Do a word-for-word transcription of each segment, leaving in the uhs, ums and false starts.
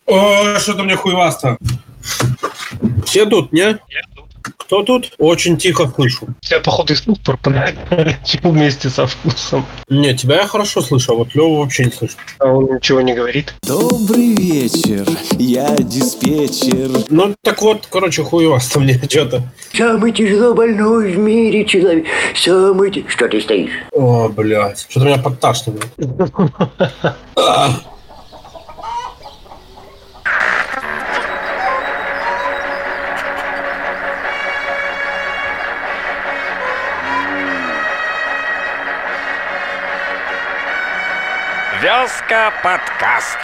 О, что-то мне хуевасто. Все тут, не? Я тут. Кто тут? Очень тихо слышу. Тебя, походу, из двух пропадает вместе со вкусом. Не, тебя я хорошо слышу, а вот Лёву вообще не слышу. А он ничего не говорит. Добрый вечер, я диспетчер. Ну, так вот, короче, хуевасто мне что-то. Самый тяжело больной в мире человек. Самый... ти- Что ты стоишь? О, блядь. Что-то меня подташнивает. А. Вёска подкаст.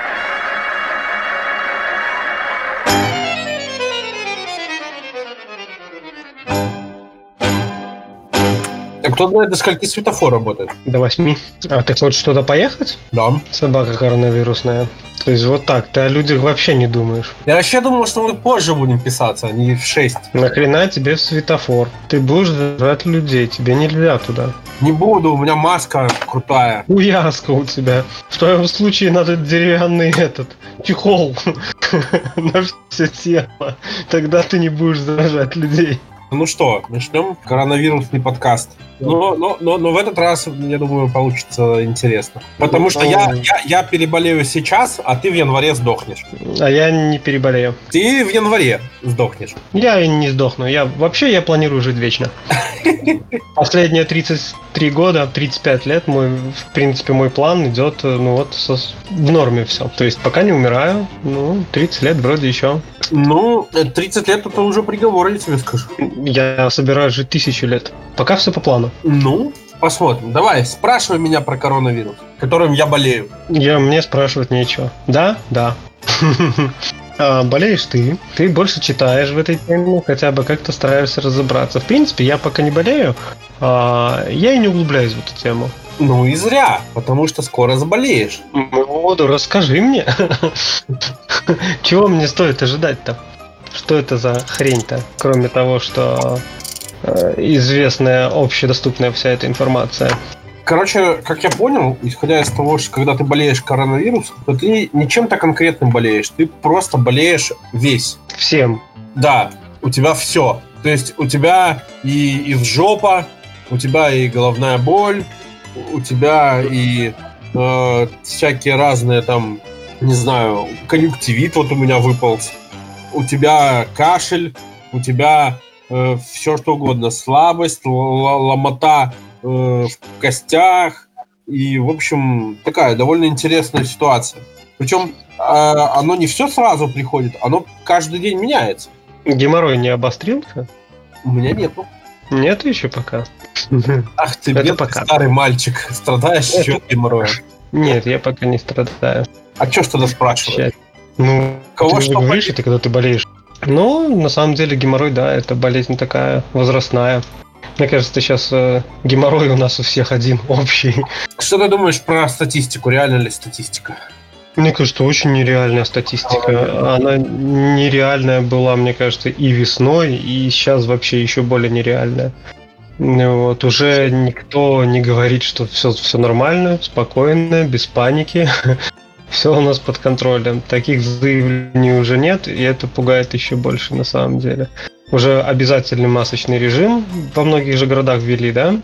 А кто знает, до скольки светофор работает? До восьми. А ты хочешь что-то поехать? Да. Собака коронавирусная. То есть вот так, ты о людях вообще не думаешь. Я вообще думал, что мы позже будем писаться, а не в шесть. Нахрена тебе в светофор? Ты будешь жрать людей, тебе нельзя туда. Не буду, у меня маска крутая. Уяска у тебя. В твоем случае надо деревянный этот чехол на все тело. Тогда ты не будешь заражать людей. Ну что, начнем коронавирусный подкаст. Но, но, но, но в этот раз, я думаю, получится интересно. Потому что я, я, я переболею сейчас, а ты в январе сдохнешь. А я не переболею. Ты в январе сдохнешь. Я и не сдохну. Я вообще я планирую жить вечно. Последние тридцать три года, тридцать пять лет, мой, в принципе, мой план идет, ну вот, со, в норме все. То есть пока не умираю, ну, тридцать лет вроде еще. Ну, тридцать лет это уже приговор, я тебе скажу. Я собираюсь жить тысячу лет. Пока все по плану. Ну, посмотрим. Давай, спрашивай меня про коронавирус, которым я болею. Я, мне спрашивать нечего. Да? Да. А, болеешь ты, ты больше читаешь в этой теме, хотя бы как-то стараешься разобраться. В принципе, я пока не болею, а, я и не углубляюсь в эту тему. Ну и зря, потому что скоро заболеешь. Ну, расскажи мне. Чего мне стоит ожидать-то? Что это за хрень-то, кроме того, что э, известная, общедоступная вся эта информация? Короче, как я понял, исходя из того, что когда ты болеешь коронавирусом, то ты не чем-то конкретным болеешь, ты просто болеешь весь. Всем. Да, у тебя все. То есть у тебя и изжопа, у тебя и головная боль, у тебя и э, всякие разные там, не знаю, конъюнктивит вот у меня выполз, у тебя кашель, у тебя э, все что угодно, слабость, л- ломота э, в костях, и, в общем, такая довольно интересная ситуация. Причем э, оно не все сразу приходит, оно каждый день меняется. Геморрой не обострился? У меня нету. Нет еще пока. Ах ты, Это бедный пока. старый мальчик, страдаешь еще геморроем. Нет, я пока не страдаю. А что ж тогда спрашиваешь? Счастье. Ну, Кого ты что же говоришь, болит? это когда ты болеешь. Ну, на самом деле геморрой, да, это болезнь такая возрастная. Мне кажется, сейчас э, геморрой у нас у всех один общий. Что ты думаешь про статистику? Реально ли статистика? Мне кажется, очень нереальная статистика. Она нереальная была, мне кажется, и весной, и сейчас вообще еще более нереальная. Ну вот, уже никто не говорит, что все, все нормально, спокойно, без паники. Все у нас под контролем. Таких заявлений уже нет, и это пугает еще больше на самом деле. Уже обязательный масочный режим во многих же городах ввели, да?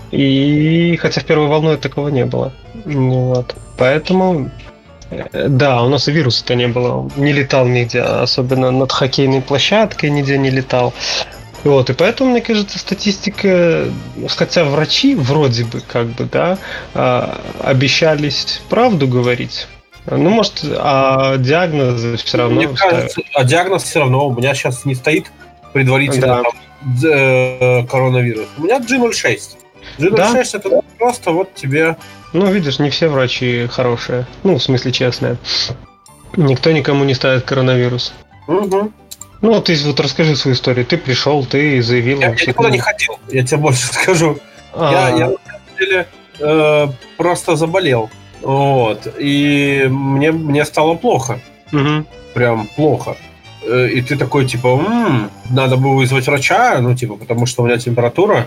И хотя в первую волну такого не было. Ну вот. Поэтому э, да, у нас и вируса-то не было. Не летал нигде, особенно над хоккейной площадкой нигде не летал. Вот, и поэтому, мне кажется, статистика, хотя врачи вроде бы, как бы, да, а, обещались правду говорить. Ну, может, а диагнозы все равно Мне ставят. кажется, а диагноз все равно у меня сейчас не стоит предварительно Да. там, д- коронавирус. У меня джи ноль шесть. джи ноль шесть это просто вот тебе... Ну, видишь, не все врачи хорошие. Ну, в смысле, честные. Никто никому не ставит коронавирус. Угу. Ну, ты вот расскажи свою историю. Ты пришел, ты заявил. Я, я что никуда ты- не ходил, я тебе больше скажу. А, Я, я на самом деле э, просто заболел. Вот. И мне, мне стало плохо. мгм. Прям плохо. Э, И ты такой, типа, м-м, надо бы вызвать врача, ну, типа, потому что у меня температура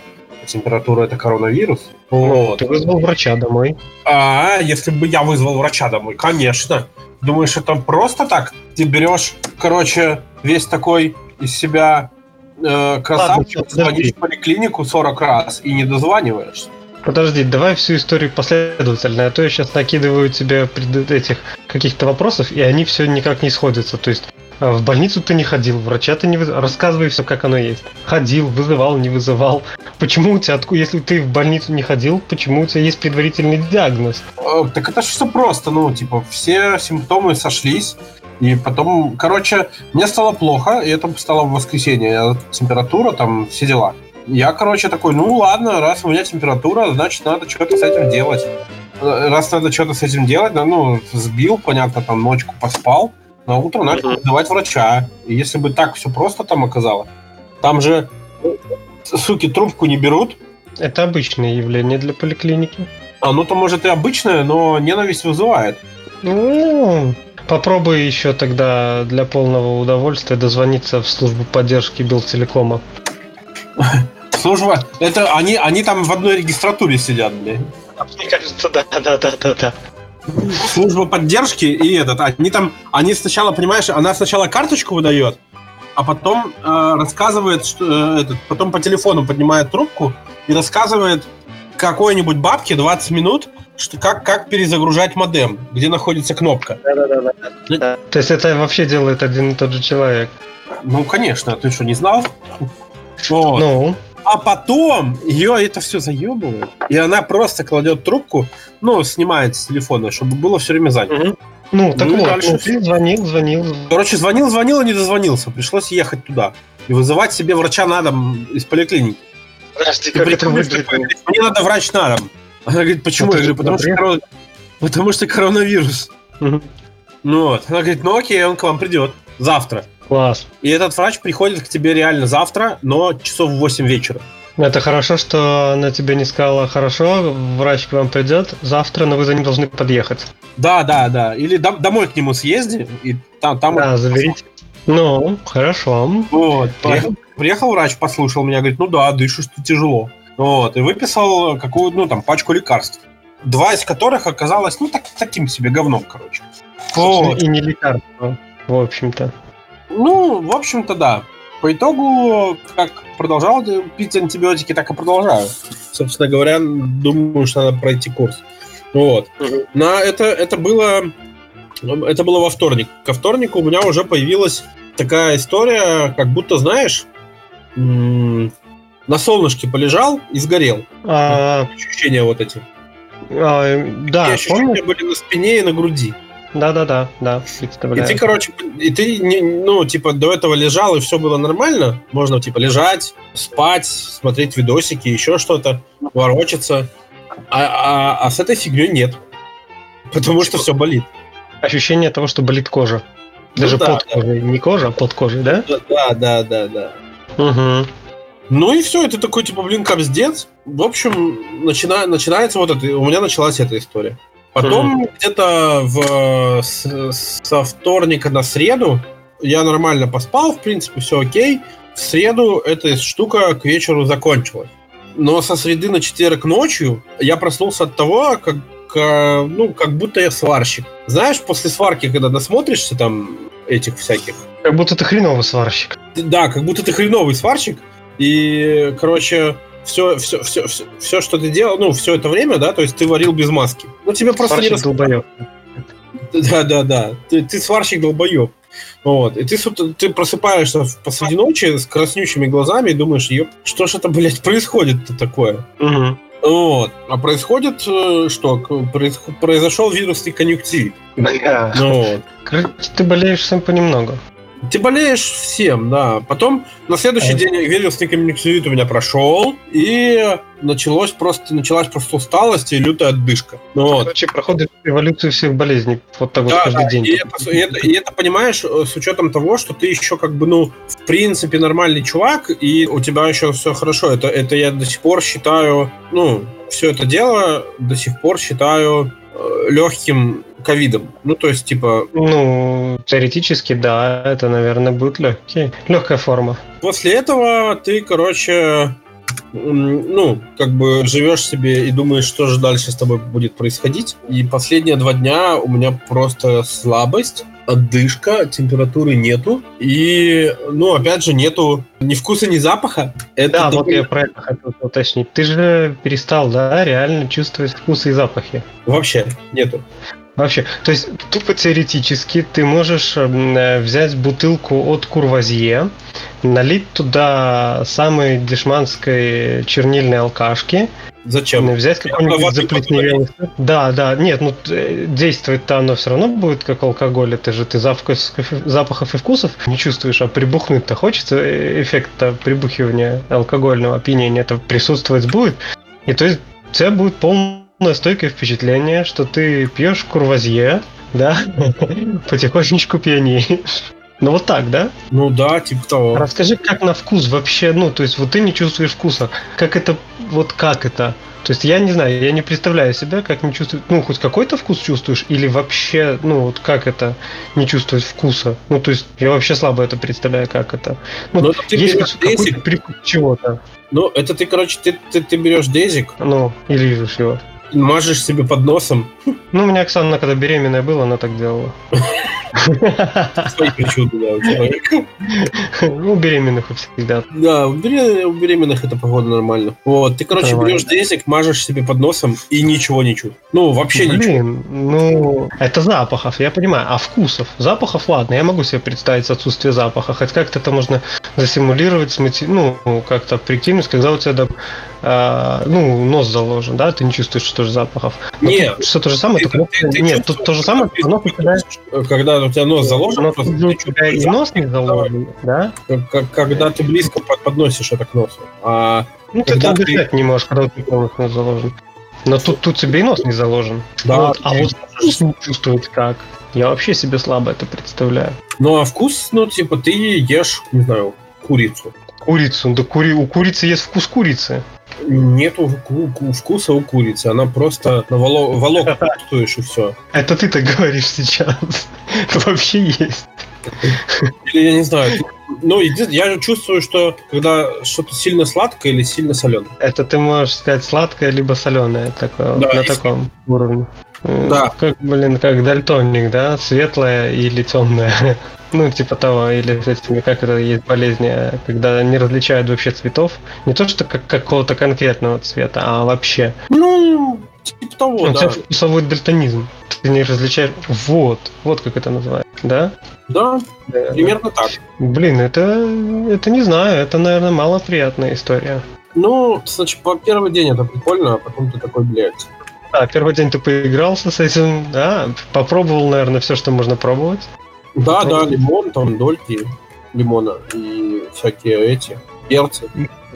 температура это коронавирус. Ну, Вот. ты вызвал врача домой. А, если бы я вызвал врача домой, конечно. Думаешь, это просто так? Ты берешь, короче, весь такой из себя э, красавчик, Ладно, звонишь в поликлинику сорок раз и не дозваниваешься. Подожди, давай всю историю последовательно, а то я сейчас накидываю тебе пред этих каких-то вопросов, и они все никак не сходятся. То есть э, в больницу ты не ходил, врача ты не вызывал. Рассказывай все, как оно есть. Ходил, вызывал, не вызывал. Почему у тебя, откуда, если ты в больницу не ходил, почему у тебя есть предварительный диагноз? Э, так это же все просто, ну, типа, все симптомы сошлись. И потом, короче, мне стало плохо, и это стало в воскресенье. Температура, там, все дела. Я, короче, такой, ну ладно, раз у меня температура, значит, надо что-то с этим делать. Раз надо что-то с этим делать, ну, сбил, понятно, там, ночку поспал, на утро начал вызывать врача. И если бы так все просто там оказалось, там же, суки, трубку не берут. Это обычное явление для поликлиники. А, ну, то, может, и обычное, но ненависть вызывает. Ну, попробуй еще тогда для полного удовольствия дозвониться в службу поддержки Белтелекома. Служба, это они, они там в одной регистратуре сидят, блядь. Мне кажется, да, да, да, да, да. Служба поддержки и этот, они там, они сначала, понимаешь, она сначала карточку выдает, а потом э, рассказывает, что э, этот, потом по телефону поднимает трубку и рассказывает какой-нибудь бабке двадцать минут, что как, как перезагружать модем, где находится кнопка. Да, да, да, да, да. То есть это вообще делает один и тот же человек. Ну, конечно, ты что, не знал? Вот. Ну. А потом ее это все заебывает, и она просто кладет трубку, ну, снимает с телефона, чтобы было все время занято. Угу. Ну, так Ну, вот, дальше ну, ты звонил, звонил. Короче, звонил, звонил и не дозвонился. Пришлось ехать туда и вызывать себе врача на дом из поликлиники. Подожди, И как это приходишь выглядит? такой, говорит, мне надо врач на дом. Она говорит, почему? Ну, Я говорю, потому что, корон- потому что коронавирус. Мгм. Ну вот. Она говорит, ну окей, он к вам придет завтра. Класс. И этот врач приходит к тебе реально завтра, но часов в восемь вечера. Это хорошо, что она тебе не сказала, хорошо, врач к вам придет завтра, но вы за ним должны подъехать. Да, да, да. Или дом- домой к нему съезди, и там... там Да, заберите. Ну, хорошо. Вот. Приехал, приехал врач, послушал меня, говорит, ну да, дышишь ты тяжело. Вот. И выписал какую, ну, там, пачку лекарств. Два из которых оказалось, ну, так, таким себе говном, короче. Вот. И не лекарство, в общем-то. Ну, в общем-то, да. По итогу, как продолжал пить антибиотики, так и продолжаю. Собственно говоря, думаю, что надо пройти курс. Вот. Угу. Но это, это было... Это было во вторник. Ко вторнику у меня уже появилась такая история, как будто, знаешь, м- на солнышке полежал и сгорел. А, Ощущения вот эти. а, да, и ощущения помнишь? были на спине и на груди. Да-да-да, да, И представляю. ты, короче, и ты, не- ну, типа, до этого лежал, и все было нормально. Можно, типа, лежать, спать, смотреть видосики, еще что-то, ворочаться. А, а, а с этой фигней нет. Потому что все болит. Ощущение того, что болит кожа. Даже Ну да, под кожей. Не кожа, а под кожей, да? Да, да, да, да. Угу. Ну и все, это такой, типа, блин, капздец. В общем, начина... начинается вот это, у меня началась эта история. Потом mm. где-то в... с... со вторника на среду я нормально поспал, в принципе, все окей. В среду эта штука к вечеру закончилась. Но со среды на четверг ночью я проснулся от того, как, ну, как будто я сварщик. Знаешь, после сварки, когда насмотришься там этих всяких... Как будто ты хреновый сварщик. Да, как будто ты хреновый сварщик. И, короче, все, все, все, все, все, что ты делал, ну, все это время, да, то есть ты варил без маски. Ну, тебе просто сварщик не рассказали. Да, да, да. Ты, ты сварщик долбоеб. Вот. И ты, ты просыпаешься посреди ночи с краснющими глазами и думаешь, ёп, что ж это, блядь, происходит-то такое? Угу. Вот. А происходит, что? Произошел вирусный конъюнктивит. Да. Ну, вот. Короче, ты болеешь всем понемногу. Ты болеешь всем, да. Потом на следующий а... день вирусный конъюнктивит у меня прошел, и началось просто, началась просто усталость и лютая отдышка. Ну, короче, вот. Проходит эволюцию всех болезней. Вот так да, вот каждый да, день. И это, и, это, и это, понимаешь, с учетом того, что ты еще как бы, ну, в принципе, нормальный чувак, и у тебя еще все хорошо. Это, это я до сих пор считаю, ну, все это дело до сих пор считаю э, легким ковидом. Ну, то есть, типа... Ну, теоретически, да, это, наверное, будет легкий. Легкая форма. После этого ты, короче, ну, как бы живешь себе и думаешь, что же дальше с тобой будет происходить. И последние два дня у меня просто слабость, отдышка, температуры нету. И, ну, опять же, нету ни вкуса, ни запаха. Это Да, вот довольно- я про это хотел уточнить. Ты же перестал, да, реально чувствовать вкусы и запахи. Вообще нету. Вообще, то есть тупо теоретически ты можешь э, взять бутылку от Курвазье, налить туда самой дешманской чернильной алкашки, Зачем? взять какой-нибудь воды заплесневелый. Да, да, нет, ну т- действовать-то оно все равно будет как алкоголь, это же ты запахов, запахов и вкусов не чувствуешь, а прибухнуть-то хочется, э, эффект-то прибухивания алкогольного опьянения это присутствовать будет, и то есть у тебя будет полный стойкое впечатление, что ты пьешь Курвазье, да, потихонечку пьянеешь. Ну вот так, да? Ну да, типа того. Расскажи, как на вкус вообще, ну, то есть вот ты не чувствуешь вкуса. Как это, вот как это? То есть я не знаю, я не представляю себя, как не чувствовать, ну, хоть какой-то вкус чувствуешь, или вообще, ну, вот как это, не чувствовать вкуса? Ну, то есть я вообще слабо это представляю, как это. Ну, Ну, это ты есть берешь какой-то дезик. прикус чего-то, Ну, это ты, короче, ты, ты, ты берешь дезик, ну, и лижешь его. мажешь себе под носом. Ну, у меня Оксана, когда беременная была, она так делала. Свои причуды, да, у человека. Ну, у беременных всегда. Да, у бере- у беременных это, походу, нормально. Вот, ты, короче, Нормально. берешь дезик, мажешь себе под носом и ничего не чувствуешь. Ну, вообще ничего. Блин, ну, это запахов, я понимаю, а вкусов? Запахов, ладно, я могу себе представить отсутствие запаха, хоть как-то это можно засимулировать, смати- ну, как-то прикинуть, когда у тебя, да, а, ну, нос заложен, да, ты не чувствуешь, что же запахов. Но Нет. тут все то же самое, Ты- только ты- ты нет, тут чувствуешь, то же самое, что но у тебя, Когда у тебя нос заложен, но просто тут же у ты тебя и чувствуешь нос не заложен, да? запах, как- когда ты близко под- подносишь это к носу. А Ну, ты Когда там ты- дышать не можешь, когда у тебя полностью нос заложен. Но тут, тут тебе и нос не заложен. Да, Вот, а ты вот вкус не чувствовать как. Я вообще себе слабо это представляю. Ну, а вкус, ну, типа, ты ешь, не знаю, курицу. Курицу, да кури... у курицы есть вкус курицы. Нету ку- ку- вкуса у курицы, она просто на воло- волокна чувствуешь и все. Это ты так говоришь сейчас. Вообще есть. Или я не знаю. ты- Ну, еди- я чувствую, что когда что-то сильно сладкое или сильно соленое. Это ты можешь сказать сладкое либо соленое, такое, вот Да, на если- таком уровне. М, Да. Как, блин, как дальтоник, да? Светлое или темное. Ну, типа того, или с этими, как это есть болезни, когда не различают вообще цветов. Не то, что как какого-то конкретного цвета, а вообще. Ну, типа того, У тебя да. вкусовой дальтонизм. Ты не различаешь. Вот, вот как это называется, да? Да, Да. примерно так. Блин, это, это не знаю, это, наверное, малоприятная история. Ну, значит, по первый день это прикольно, а потом ты такой, блядь. Да, первый день ты поигрался с этим, да, попробовал, наверное, все, что можно пробовать. Да, да, Попробуй. лимон, там дольки лимона и всякие эти перцы.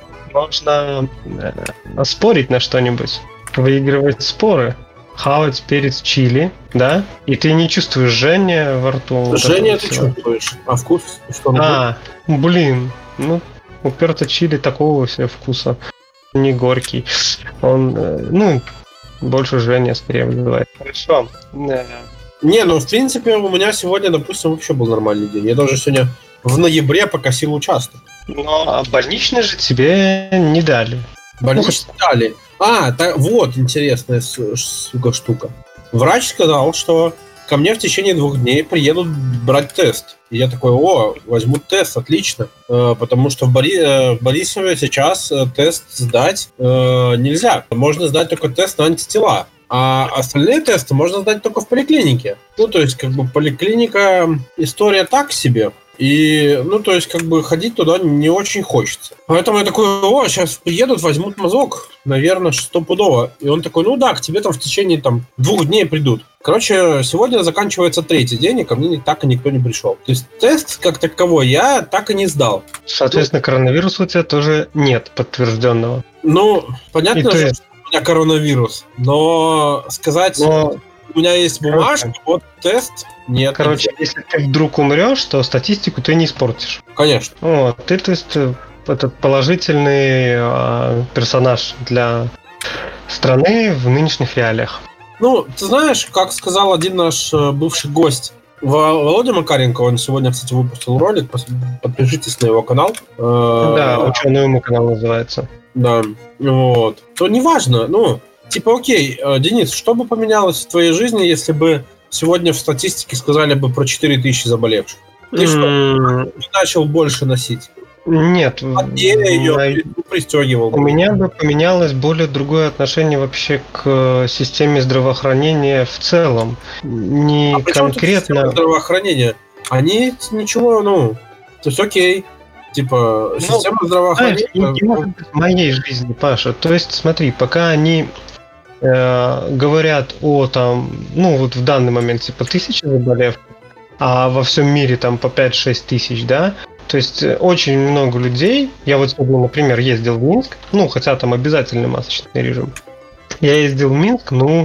Можно э, спорить на что-нибудь, выигрывать споры, хавать перец чили, да, и ты не чувствуешь жжения во рту. вот Женя, этого ты всего. чувствуешь, а вкус что? А, блин, ну, у перца чили такого себе вкуса, не горький. Он, э, ну, больше жжения скорее вызывает. Хорошо. Э, Не, ну, в принципе, у меня сегодня, допустим, вообще был нормальный день. Я даже сегодня в ноябре покосил участок. Но больничный же тебе не дали. Больничный дали. А, та- вот интересная, с- сука, штука. Врач сказал, что ко мне в течение двух дней приедут брать тест. И я такой, о, возьмут тест, отлично. Э, потому что в, Бори- э, в Борисове сейчас э, тест сдать э, нельзя. Можно сдать только тест на антитела. А остальные тесты можно сдать только в поликлинике. Ну, то есть, как бы, поликлиника, история так себе. И, ну, то есть, как бы, ходить туда не очень хочется. Поэтому я такой, о, сейчас приедут, возьмут мазок, наверное, стопудово. И он такой, ну да, к тебе там в течение там двух дней придут. Короче, сегодня заканчивается третий день, и ко мне так и никто не пришел. То есть, тест, как таковой, я так и не сдал. Соответственно, коронавируса у тебя тоже нет подтвержденного. Ну, понятно, И то что есть- у меня коронавирус, но сказать, Но, у меня есть бумажка, вот тест, нет. короче, если ты вдруг умрешь, то статистику ты не испортишь. Конечно. Вот, ты, то есть, э, этот положительный э, персонаж для страны в нынешних реалиях. Ну, ты знаешь, как сказал один наш э, бывший гость, Володя Макаренко, он сегодня, кстати, выпустил ролик, подпишитесь на его канал. Да, ученый ему канал называется. Да, вот. То неважно, ну, типа, окей, Денис, что бы поменялось в твоей жизни, если бы сегодня в статистике сказали бы про четыре тысячи заболевших? Ты что, начал больше носить? Нет. Отделя ее, на... пристегивал. У меня бы поменялось более другое отношение вообще к системе здравоохранения в целом. Не а конкретно... здравоохранения? Они ничего, ну, то есть окей. Типа, ну, система здравоохранения... Знаешь, не может быть в моей жизни, Паша. То есть, смотри, пока они э, говорят о там, ну вот в данный момент типа тысячи заболевших, а во всем мире там по пять-шесть тысяч, да, то есть очень много людей, я вот сегодня, например, ездил в Минск, ну, хотя там обязательный масочный режим, я ездил в Минск, ну,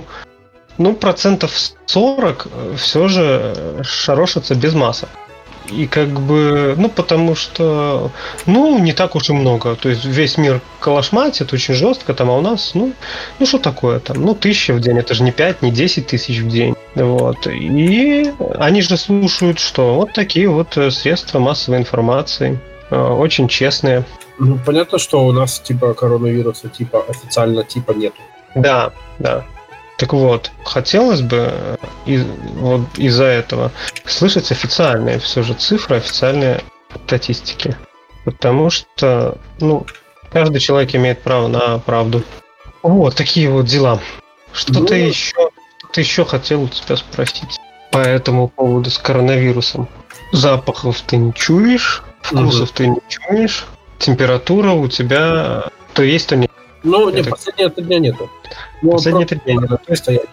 ну процентов сорок все же шарошатся без масок. И как бы, ну, потому что, ну, не так уж и много. То есть весь мир калашматит очень жестко, там, а у нас, ну, ну, что такое там? Ну, тысяча в день, это же не пять, не десять тысяч в день. Вот. И они же слушают, что вот такие вот средства массовой информации, очень честные. Ну, понятно, что у нас, типа, коронавируса, типа, официально, типа, нету. Да, да. Так вот, хотелось бы из, вот из-за этого слышать официальные все же цифры, официальные статистики. Потому что, ну, каждый человек имеет право на правду. Вот такие вот дела. Что-то ну... еще, что-то еще хотел у тебя спросить по этому поводу с коронавирусом. Запахов ты не чуешь, вкусов угу. ты не чуешь, температура у тебя то есть, то нет. Ну, нет, последние три дня нету. Ну, последние три дня нету.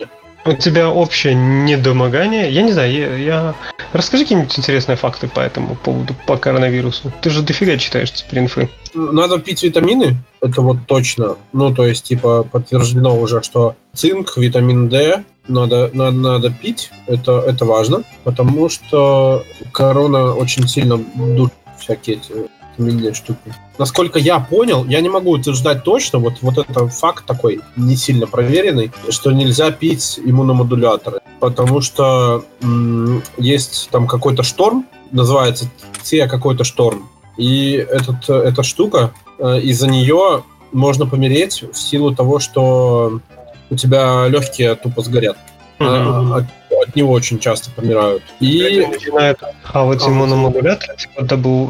У тебя общее недомогание. Я не знаю, я, я... Расскажи какие-нибудь интересные факты по этому поводу, по коронавирусу. Ты же дофига читаешь теперь инфы. Надо пить витамины, это вот точно. Ну, то есть, типа, подтверждено уже, что цинк, витамин D надо, надо, надо пить. Это, это важно, потому что корона очень сильно душит всякие эти витаминные штуки. Насколько я понял, я не могу утверждать точно, вот, вот это факт такой, не сильно проверенный, что нельзя пить иммуномодуляторы, потому что м- есть там какой-то шторм, называется Т какой-то шторм, и этот, эта штука, э, из-за нее можно помереть в силу того, что у тебя легкие тупо сгорят. Mm-hmm. От, от него очень часто помирают. И начинают хавать иммуномодулятор, типа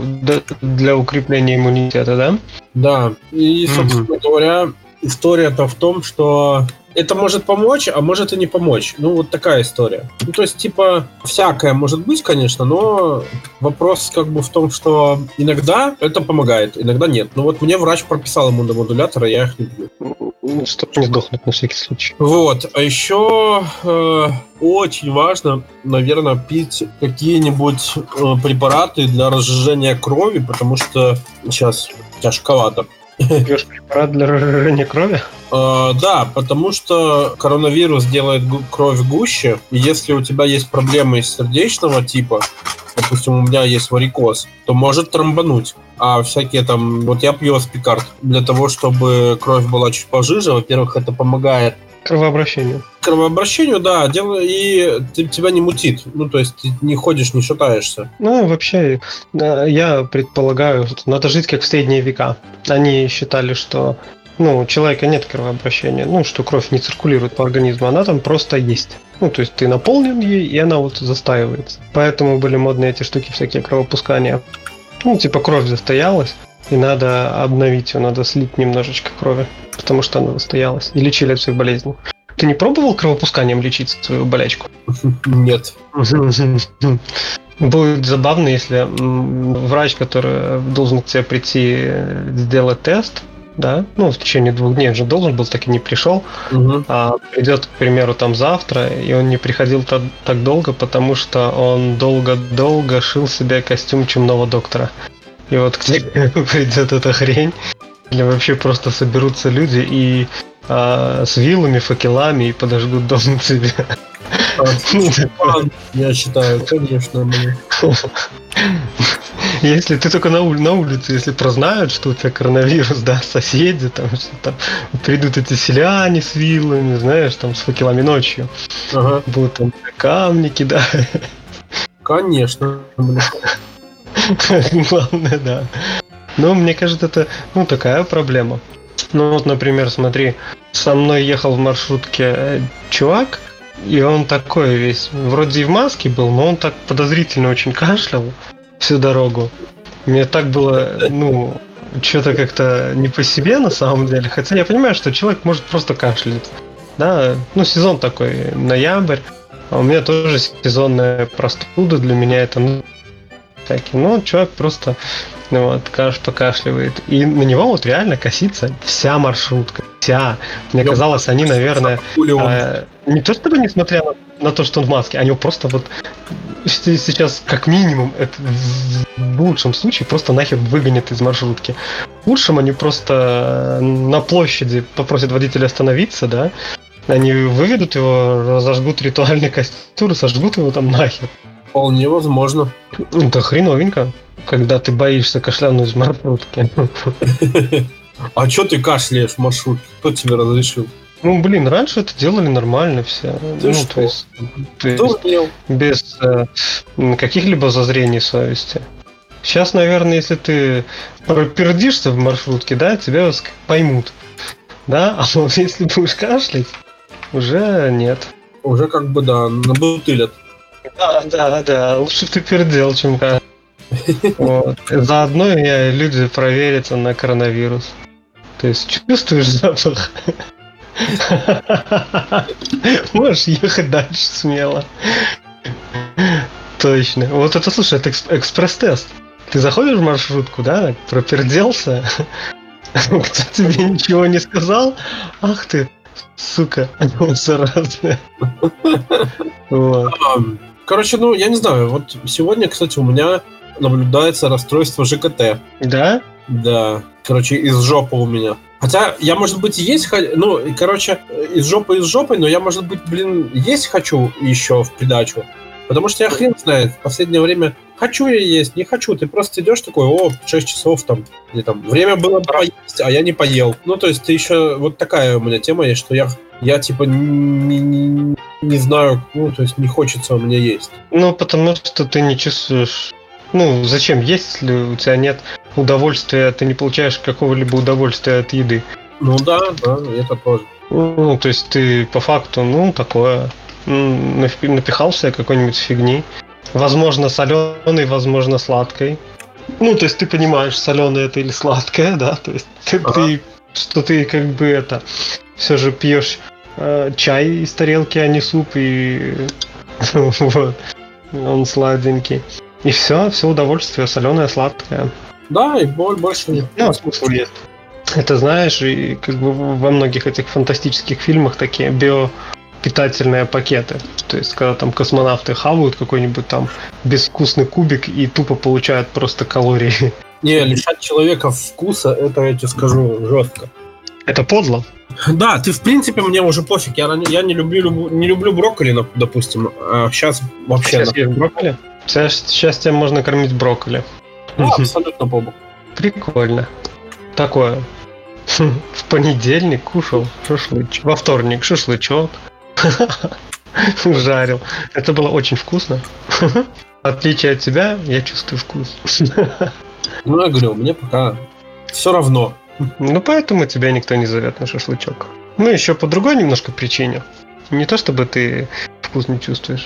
для укрепления иммунитета, да? Да. И, собственно mm-hmm. говоря, история-то в том, что это может помочь, а может и не помочь. Ну, вот такая история. Ну, то есть, типа, всякое может быть, конечно, но вопрос как бы в том, что иногда это помогает, иногда нет. Ну, вот мне врач прописал иммуномодуляторы, я их не пью. Чтобы не сдохнуть на всякий случай. Вот. А еще э, очень важно, наверное, пить какие-нибудь э, препараты для разжижения крови, потому что сейчас тяжковато. Пьешь препарат для разжижения крови? Uh, да, потому что коронавирус делает гу- кровь гуще, и если у тебя есть проблемы из сердечного типа, допустим, у меня есть варикоз, то может тромбануть. А всякие там... Вот я пью аспикард для того, чтобы кровь была чуть пожиже. Во-первых, это помогает кровообращению. Кровообращению, да, дело, и ты, тебя не мутит. Ну, то есть ты не ходишь, не шатаешься. Ну, вообще, я предполагаю, что надо жить как в средние века. Они считали, что ну, у человека нет кровообращения, ну, что кровь не циркулирует по организму, она там просто есть. Ну, то есть ты наполнен ей, и она вот застаивается. Поэтому были модные эти штуки, всякие кровопускания. Ну, типа кровь застоялась, и надо обновить ее, надо слить немножечко крови, потому что она застоялась. И лечили от всех болезней. Ты не пробовал кровопусканием лечить свою болячку? Нет. Будет забавно, если врач, который должен к тебе прийти сделать тест, да, ну, в течение двух дней же должен был, так и не пришел, угу. а придет, к примеру, там завтра, и он не приходил так, так долго, потому что он долго-долго шил себе костюм чумного доктора. И вот к тебе придет эта хрень, или вообще просто соберутся люди и а, с вилами, факелами и подожгут дом тебе. Я считаю, конечно. Если ты только на, ули- на улице, если прознают, что у тебя коронавирус, да, соседи, там, что там, придут эти селяне с вилами, знаешь, там, с факелами ночью, ага. будут там камни кидать. Конечно. Главное, да. Ну, мне кажется, это, ну, такая проблема. Ну, вот, например, смотри, со мной ехал в маршрутке чувак, и он такой весь, вроде и в маске был, но он так подозрительно очень кашлял всю дорогу. Мне так было, ну, что-то как-то не по себе на самом деле. Хотя я понимаю, что человек может просто кашлять. Да, ну, сезон такой, ноябрь. А у меня тоже сезонная простуда, для меня это, ну, всякий. Ну, человек просто, ну, вот, каш, покашливает. И на него вот реально косится вся маршрутка. Вся. Мне казалось, они, наверное, э, не то чтобы несмотря на, на то, что он в маске, они его просто вот сейчас, как минимум, это в лучшем случае просто нахер выгонят из маршрутки. В худшем они просто на площади попросят водителя остановиться, да, они выведут его, зажгут ритуальный костер и сожгут его там нахер. Вполне возможно. Да хреновенько, когда ты боишься кашлянуть из маршрутки. А чё ты кашляешь в маршрутке? Кто тебе разрешил? Ну, блин, раньше это делали нормально все. Ты ну, что? то есть, то есть Кто делал? без э, каких-либо зазрений совести. Сейчас, наверное, если ты пропердишься в маршрутке, да, тебя поймут. Да, а вот если будешь кашлять, уже нет. Уже как бы, да, набутылят. Да, да, да, лучше ты пердел, чем кашлять. Вот. Заодно и люди проверятся на коронавирус. То есть чувствуешь запах? Можешь ехать дальше смело. Точно. Вот это, слушай, это экспресс-тест. Ты заходишь в маршрутку, да, проперделся, кто тебе ничего не сказал, ах ты, сука, заразная. Вот. Короче, ну, я не знаю, вот сегодня, кстати, у меня наблюдается расстройство ЖКТ. Да? Да. Короче, из жопы у меня. Хотя я, может быть, есть... Ну, короче, из жопы из жопы, но я, может быть, блин, есть хочу еще в придачу. Потому что я хрен знает, в последнее время хочу я есть, не хочу. Ты просто идешь такой, о, шесть часов там, или там, время было поесть, а я не поел. Ну, то есть ты еще... Вот такая у меня тема есть, что я, я типа, не, не, не знаю, ну, то есть не хочется у меня есть. Ну, потому что ты не чувствуешь... Ну, зачем есть, если у тебя нет удовольствия, ты не получаешь какого-либо удовольствия от еды? Ну да, да, это тоже. Ну, то есть ты по факту, ну, такое, напихал себе какой-нибудь фигни. Возможно, соленой, возможно, сладкой. Ну, то есть ты понимаешь, соленое это или сладкое, да? То есть ты, ага. ты что ты как бы это все же пьешь э, чай из тарелки, а не суп, и вот, он сладенький. И все, все удовольствие, соленое, сладкое. Да, и боль больше нет. Ну, смысл есть. Это знаешь, и как бы во многих этих фантастических фильмах такие биопитательные пакеты. То есть, когда там космонавты хавают какой-нибудь там безвкусный кубик и тупо получают просто калории. Не, лишать человека вкуса, это я тебе скажу жестко. Это подло. Да, ты в принципе мне уже пофиг. Я, я не люблю не люблю брокколи, допустим. А сейчас вообще. Сейчас есть брокколи? Сейчас, сейчас тебя можно кормить брокколи. Да, абсолютно побок. Прикольно. Такое. В понедельник кушал шашлычок. Во вторник шашлычок. Жарил. Это было очень вкусно. В отличие от тебя, я чувствую вкус. Ну, я говорю, мне пока все равно. Ну, поэтому тебя никто не зовет на шашлычок. Ну, еще по другой немножко причине. Не то, чтобы ты вкус не чувствуешь.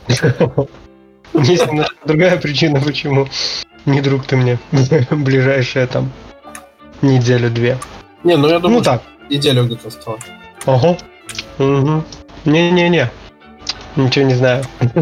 Есть немножко другая причина, почему не друг ты мне. Ближайшая там неделю-две. Не, ну я думаю, ну, так. неделю где-то осталось. Ага. Угу. Не-не-не. Ничего не знаю.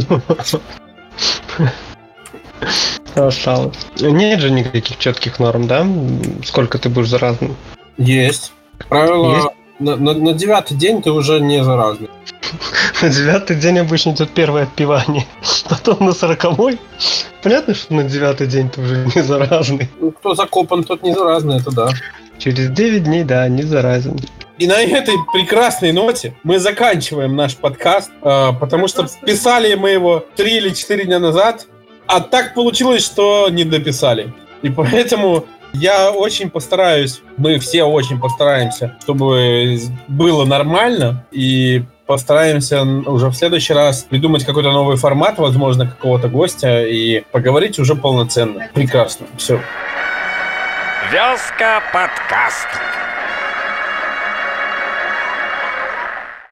Осталось. Нет же никаких четких норм, да? Сколько ты будешь заразным? Есть. Правило, Есть? На, на, на девятый день ты уже не заразный. На девятый день обычно идет первое отпевание. Потом на сороковой. Понятно, что на девятый день ты уже не заразный. Ну, кто закопан, тот не заразный, это да. Через девять дней, да, не заразен. И на этой прекрасной ноте мы заканчиваем наш подкаст, потому что писали мы его три или четыре дня назад, а так получилось, что не дописали. И поэтому я очень постараюсь, мы все очень постараемся, чтобы было нормально, и постараемся уже в следующий раз придумать какой-то новый формат, возможно, какого-то гостя, и поговорить уже полноценно. Прекрасно. Все. Вёска подкаст.